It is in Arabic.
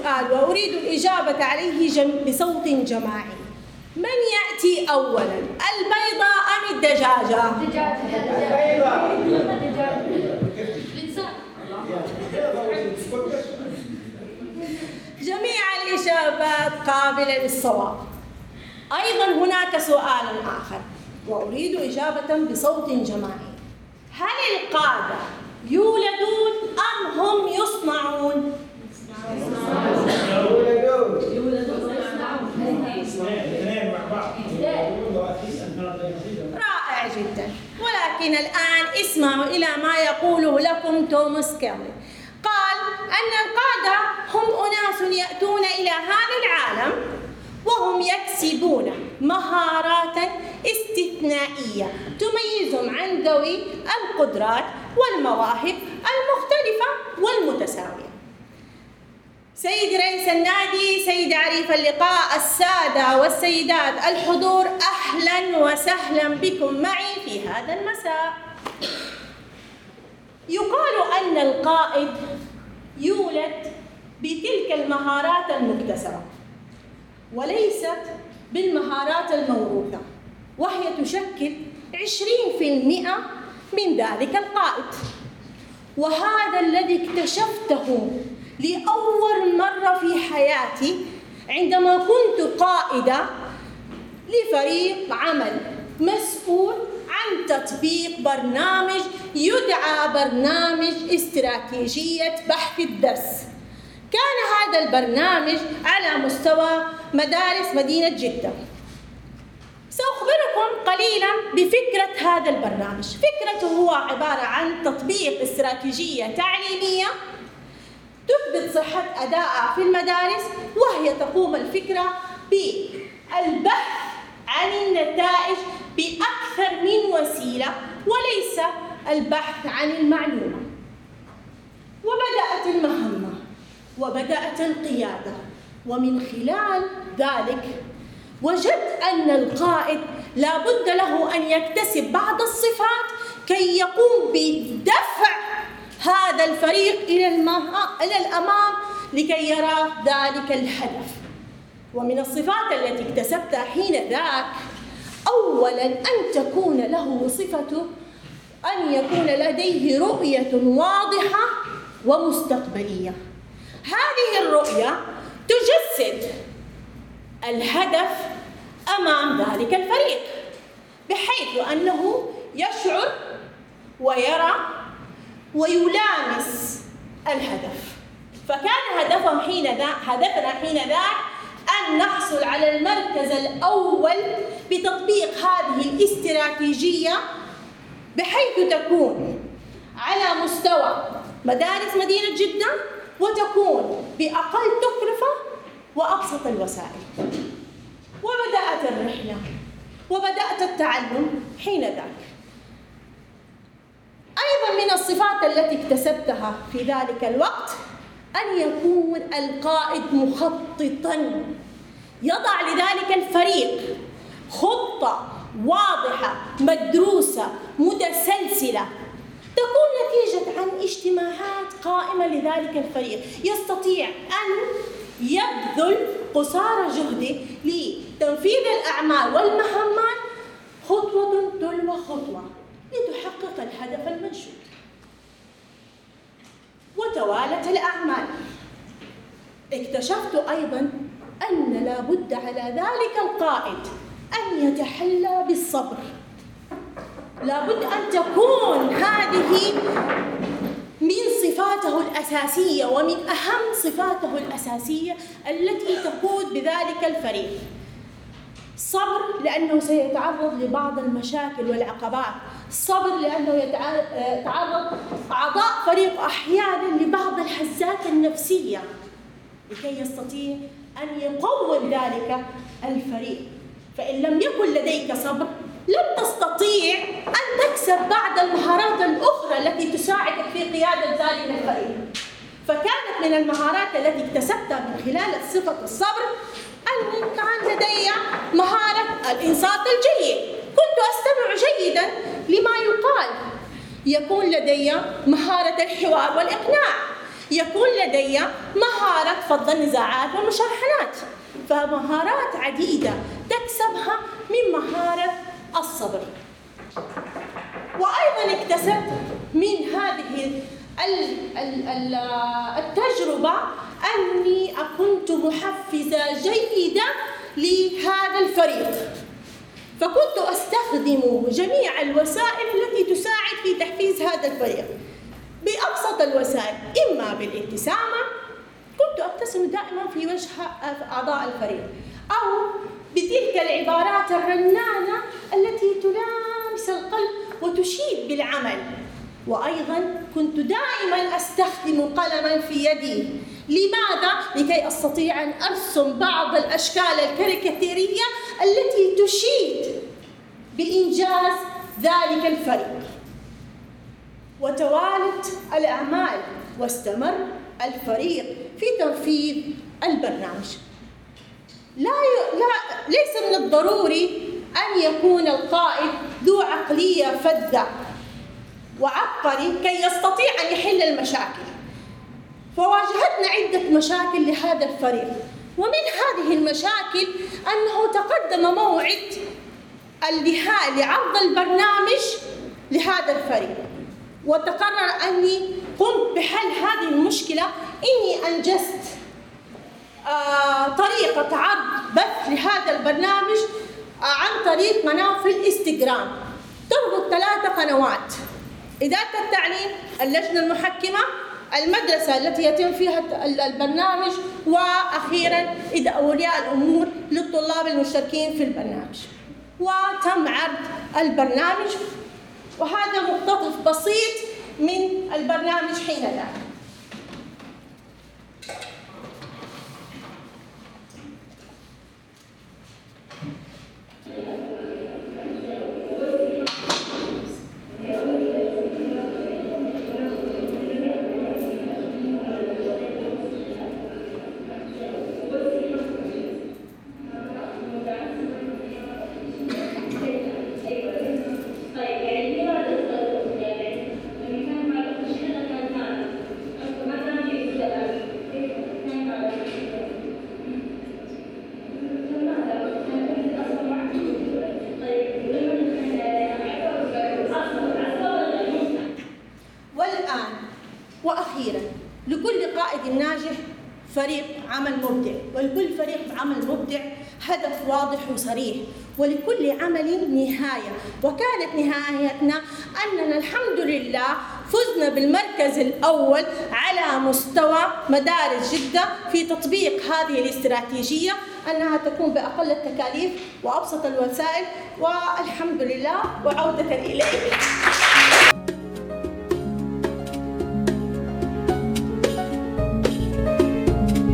سؤال وأريد الإجابة عليه بصوت جماعي. من يأتي أولاً، البيضة أم الدجاجة؟ جميع الإجابات قابلة للصواب. أيضاً هناك سؤال آخر وأريد إجابة بصوت جماعي. هل القادة يولدون أم هم يصنعون؟ رائع جدا. ولكن الآن اسمعوا إلى ما يقوله لكم توماس كيرلي. قال أن القادة هم أناس يأتون إلى هذا العالم وهم يكسبون مهارات استثنائية تميزهم عن ذوي القدرات والمواهب المختلفة والمتساوية. سيد رئيس النادي، سيد عريف اللقاء، السادة والسيدات الحضور، أهلا وسهلا بكم معي في هذا المساء. يقال أن القائد يولد بتلك المهارات المكتسبة وليست بالمهارات الموروثة، وهي تشكل 20% من ذلك القائد. وهذا الذي اكتشفته لأول مرة في حياتي عندما كنت قائدة لفريق عمل مسؤول عن تطبيق برنامج يدعى برنامج استراتيجية بحث الدرس. كان هذا البرنامج على مستوى مدارس مدينة جدة. سأخبركم قليلاً بفكرة هذا البرنامج. فكرته هو عبارة عن تطبيق استراتيجية تعليمية تثبت صحة أدائها في المدارس، وهي تقوم الفكرة بالبحث عن النتائج بأكثر من وسيلة وليس البحث عن المعلومة. وبدأت المهمة وبدأت القيادة، ومن خلال ذلك وجدت أن القائد لا بد له أن يكتسب بعض الصفات كي يقوم بدفع هذا الفريق إلى الأمام لكي يرى ذلك الهدف. ومن الصفات التي اكتسبتها حين ذاك أولاً أن تكون له صفة أن يكون لديه رؤية واضحة ومستقبلية. هذه الرؤية تجسد الهدف أمام ذلك الفريق بحيث أنه يشعر ويرى ويلامس الهدف. فكان هدفنا حين ذاك أن نحصل على المركز الأول بتطبيق هذه الاستراتيجية بحيث تكون على مستوى مدارس مدينة جدة وتكون بأقل تكلفة وأبسط الوسائل. وبدأت الرحلة وبدأت التعلم حين ذاك. أيضاً من الصفات التي اكتسبتها في ذلك الوقت أن يكون القائد مخططاً، يضع لذلك الفريق خطة واضحة مدروسة متسلسلة تكون نتيجة عن اجتماعات قائمة لذلك الفريق، يستطيع أن يبذل قصارى جهده لتنفيذ الأعمال والمهمات خطوة تلو خطوة لتحقق الهدف المنشود. وتوالت الأعمال. اكتشفت أيضاً أن لا بد على ذلك القائد أن يتحلى بالصبر. لا بد أن تكون هذه من صفاته الأساسية ومن أهم صفاته الأساسية التي تقود بذلك الفريق. صبر لأنه سيتعرض لبعض المشاكل والعقبات، صبر لأنه يتعرض أعضاء فريق أحياناً لبعض الهزات النفسية لكي يستطيع أن يقوم ذلك الفريق. فإن لم يكن لديك صبر لن تستطيع أن تكسب بعض المهارات الأخرى التي تساعدك في قيادة ذلك الفريق. فكانت من المهارات التي اكتسبتها من خلال صفة الصبر أن كان لدي مهارة الإنصات الجيد، كنت أستمع جيداً لما يقال. يكون لدي مهارة الحوار والإقناع، يكون لدي مهارة فض النزاعات والمشاحنات، فمهارات عديدة تكسبها من مهارة الصبر. وأيضا اكتسبت من هذه التجربة أني كنت محفزة جيدة لهذا الفريق، فكنت أستخدم جميع الوسائل التي تساعد في تحفيز هذا الفريق بأبسط الوسائل، إما بالابتسامة، كنت أبتسم دائما في وجه أعضاء الفريق، أو بتلك العبارات الرنانة التي تلامس القلب وتشيد بالعمل. وأيضا كنت دائما أستخدم قلما في يدي، لماذا؟ لكي أستطيع أن أرسم بعض الأشكال الكاريكاتيرية التي تشيد بإنجاز ذلك الفريق. وتوالت الأعمال واستمر الفريق في تنفيذ البرنامج. ليس من الضروري أن يكون القائد ذو عقلية فذة وعبقري كي يستطيع أن يحل المشاكل. فواجهتنا عدة مشاكل لهذا الفريق، ومن هذه المشاكل أنه تقدم موعد الانتهاء لعرض البرنامج لهذا الفريق، وتقرر أني قمت بحل هذه المشكلة. إني أنجزت طريقة عرض بث لهذا البرنامج عن طريق قناة في الانستغرام تربط 3 قنوات: إدارة التعليم، اللجنة المحكمة، المدرسة التي يتم فيها البرنامج، وأخيراً أولياء الأمور للطلاب المشتركين في البرنامج. وتم عرض البرنامج، وهذا مقتطف بسيط من البرنامج حينذاك. وأخيراً، لكل قائد ناجح فريق عمل مبدع، ولكل فريق عمل مبدع هدف واضح وصريح، ولكل عمل نهاية. وكانت نهايتنا أننا الحمد لله فزنا بالمركز الأول على مستوى مدارس جدة في تطبيق هذه الاستراتيجية، أنها تكون بأقل التكاليف وأبسط الوسائل. والحمد لله، وعودة إليك.